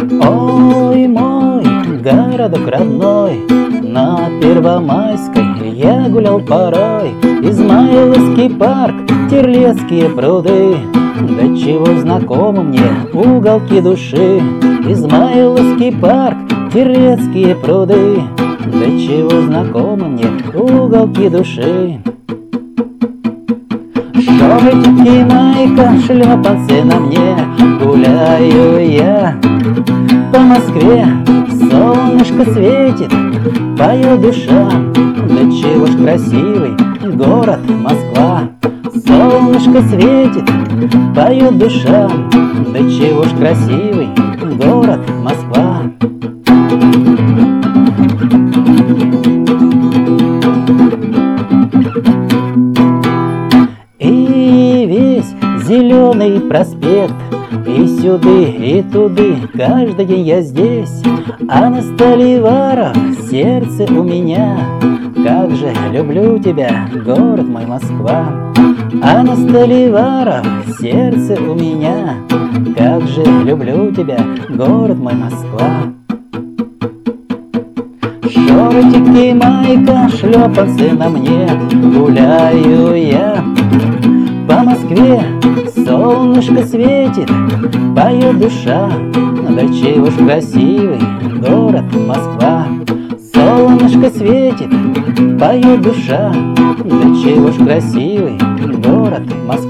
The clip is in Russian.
Ой, мой городок родной, на Первомайской я гулял порой. Измайловский парк, Терлецкие пруды, да чего знакомы мне уголки души. Измайловский парк, Терлецкие пруды, да чего знакомы мне уголки души. Шортики, майка, шлепанцы на мне, гуляю я по Москве. Солнышко светит, поет душа, да чего ж красивый город Москва. Солнышко светит, поет душа, да чего ж красивый город Москва. И весь зеленый проспект, и сюды, и туды, каждый день я здесь. А на Столеварах сердце у меня, как же люблю тебя, город мой Москва. А на Столеварах сердце у меня, как же люблю тебя, город мой Москва. Шортики, майка, шлепанцы на мне, гуляю я по Москве. Солнышко светит, поет душа, да чего ж красивый город Москва. Солнышко светит, поет душа, да чего ж красивый город Москва.